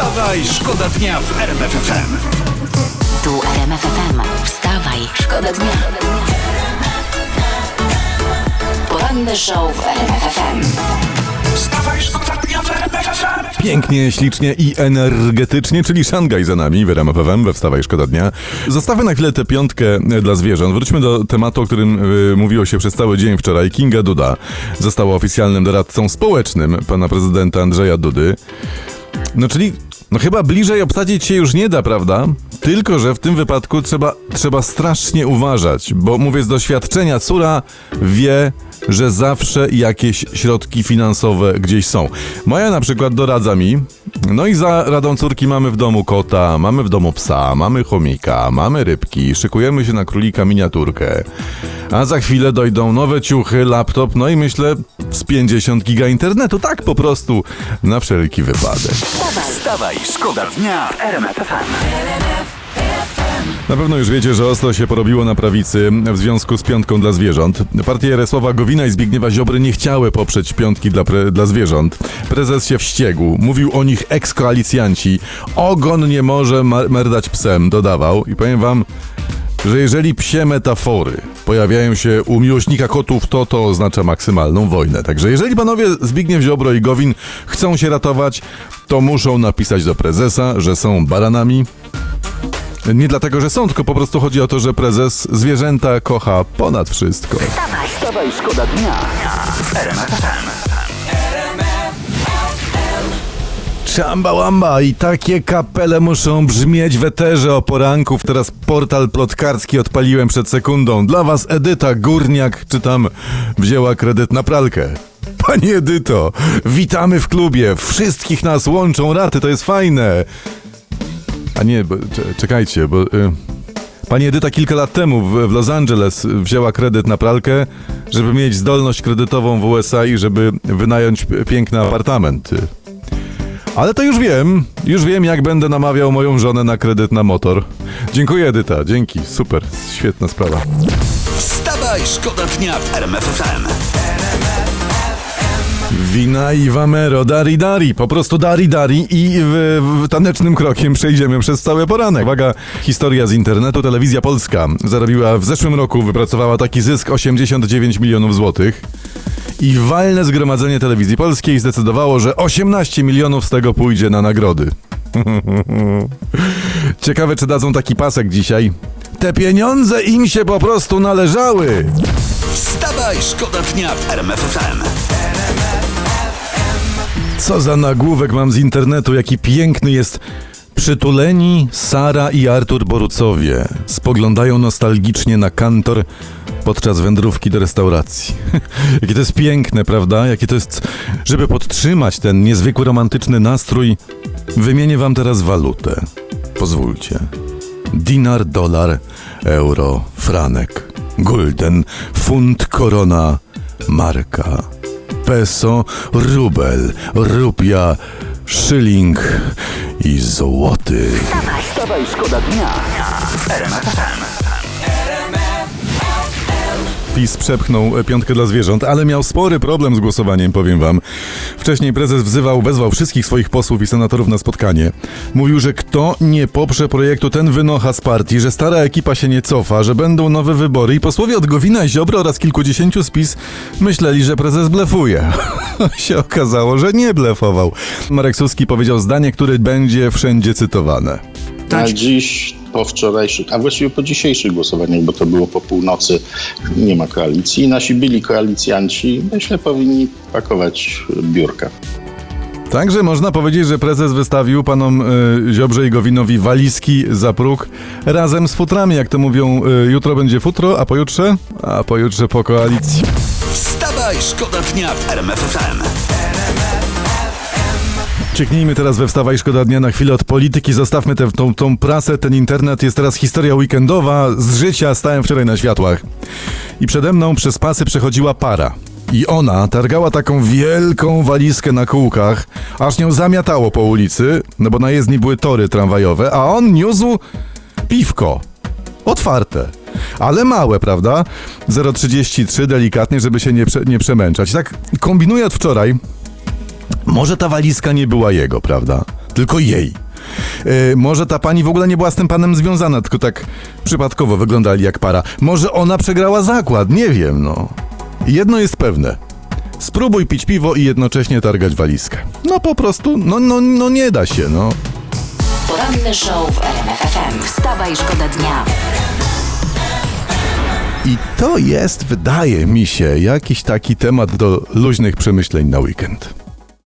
Wstawaj, szkoda dnia w RMF FM. Tu RMF FM. Wstawaj, szkoda dnia. Poranny show w RMF FM. Wstawaj, szkoda dnia w RMF FM. Pięknie, ślicznie i energetycznie, czyli Szangaj za nami w RMF FM, we Wstawaj, szkoda dnia. Zostawmy na chwilę tę piątkę dla zwierząt. Wróćmy do tematu, o którym mówiło się przez cały dzień wczoraj. Kinga Duda została oficjalnym doradcą społecznym pana prezydenta Andrzeja Dudy. No czyli, chyba bliżej obsadzić się już nie da, prawda? Tylko że w tym wypadku trzeba strasznie uważać, bo mówię z doświadczenia, córa wie, że zawsze jakieś środki finansowe gdzieś są. Moja na przykład doradza mi, no i za radą córki mamy w domu kota, mamy w domu psa, mamy chomika, mamy rybki, szykujemy się na królika miniaturkę, a za chwilę dojdą nowe ciuchy, laptop, no i myślę z 50 giga internetu, tak po prostu, na wszelki wypadek. Wstawaj, szkoda dnia w RMF FM. Na pewno już wiecie, że ostro się porobiło na prawicy w związku z piątką dla zwierząt. Partie Jarosława Gowina i Zbigniewa Ziobry nie chciały poprzeć piątki dla zwierząt. Prezes się wściekł. Mówił o nich ekskoalicjanci. Ogon nie może merdać psem, dodawał. I powiem wam, że jeżeli psie metafory pojawiają się u miłośnika kotów, to oznacza maksymalną wojnę. Także jeżeli panowie Zbigniew Ziobro i Gowin chcą się ratować, to muszą napisać do prezesa, że są baranami. Nie dlatego, że są, tylko po prostu chodzi o to, że prezes zwierzęta kocha ponad wszystko. Wstawaj, szkoda dnia w RMF FM. Czamba i takie kapele muszą brzmieć w eterze o poranku. Teraz portal plotkarski odpaliłem przed sekundą. Dla was Edyta Górniak, czytam, wzięła kredyt na pralkę. Pani Edyto, witamy w klubie. Wszystkich nas łączą raty, to jest fajne. A nie, czekajcie, bo pani Edyta kilka lat temu w Los Angeles wzięła kredyt na pralkę, żeby mieć zdolność kredytową w USA i żeby wynająć piękny apartament. Ale to już wiem jak będę namawiał moją żonę na kredyt na motor. Dziękuję Edyta, dzięki, super, świetna sprawa. Wstawaj, szkoda dnia w RMF FM. Wina i Wamero, dari, po prostu dari i w tanecznym krokiem przejdziemy przez cały poranek. Uwaga, historia z internetu. Telewizja Polska zarobiła w zeszłym roku, wypracowała taki zysk 89 milionów złotych i walne zgromadzenie Telewizji Polskiej zdecydowało, że 18 milionów z tego pójdzie na nagrody. Ciekawe, czy dadzą taki pasek dzisiaj. Te pieniądze im się po prostu należały. Wstawaj, szkoda dnia w RMF FM. Co za nagłówek mam z internetu, jaki piękny jest. Przytuleni Sara i Artur Borucowie spoglądają nostalgicznie na kantor podczas wędrówki do restauracji. Jakie to jest piękne, prawda? Jakie to jest, żeby podtrzymać ten niezwykły romantyczny nastrój, wymienię wam teraz walutę. Pozwólcie. Dinar, dolar, euro, franek, gulden, funt, korona, marka, peso, rubel, rupia, szyling i złoty. Wstawaj, szkoda dnia w RMF FM. PiS przepchnął piątkę dla zwierząt, ale miał spory problem z głosowaniem, powiem wam. Wcześniej prezes wezwał wszystkich swoich posłów i senatorów na spotkanie. Mówił, że kto nie poprze projektu, ten wynocha z partii, że stara ekipa się nie cofa, że będą nowe wybory i posłowie od Gowina, Ziobro oraz kilkudziesięciu z PiS myśleli, że prezes blefuje. się okazało, że nie blefował. Marek Suski powiedział zdanie, które będzie wszędzie cytowane. A dziś, po wczorajszych, a właściwie po dzisiejszych głosowaniach, bo to było po północy, nie ma koalicji. Nasi byli koalicjanci, myślę, powinni pakować biurka. Także można powiedzieć, że prezes wystawił panom Ziobrze i Gowinowi walizki za próg razem z futrami, jak to mówią, jutro będzie futro, a pojutrze po koalicji. Wstawaj, szkoda dnia w RMF FM. Cieknijmy teraz we Wstawaj, szkoda dnia na chwilę od polityki. Zostawmy tą prasę, ten internet. Jest teraz historia weekendowa z życia. Stałem wczoraj na światłach i przede mną przez pasy przechodziła para. I ona targała taką wielką walizkę na kółkach, aż nią zamiatało po ulicy, no bo na jezdni były tory tramwajowe, a on niósł piwko. Otwarte. Ale małe, prawda? 0,33 delikatnie, żeby się nie przemęczać. Tak kombinuję od wczoraj. Może ta walizka nie była jego, prawda? tylko jej. Może ta pani w ogóle nie była z tym panem związana, tylko tak przypadkowo wyglądali jak para. Może ona przegrała zakład, nie wiem, no. Jedno jest pewne. Spróbuj pić piwo i jednocześnie targać walizkę. No po prostu, no nie da się, no. Poranny show w RMF FM. Wstawaj, szkoda dnia. I to jest, wydaje mi się, jakiś taki temat do luźnych przemyśleń na weekend.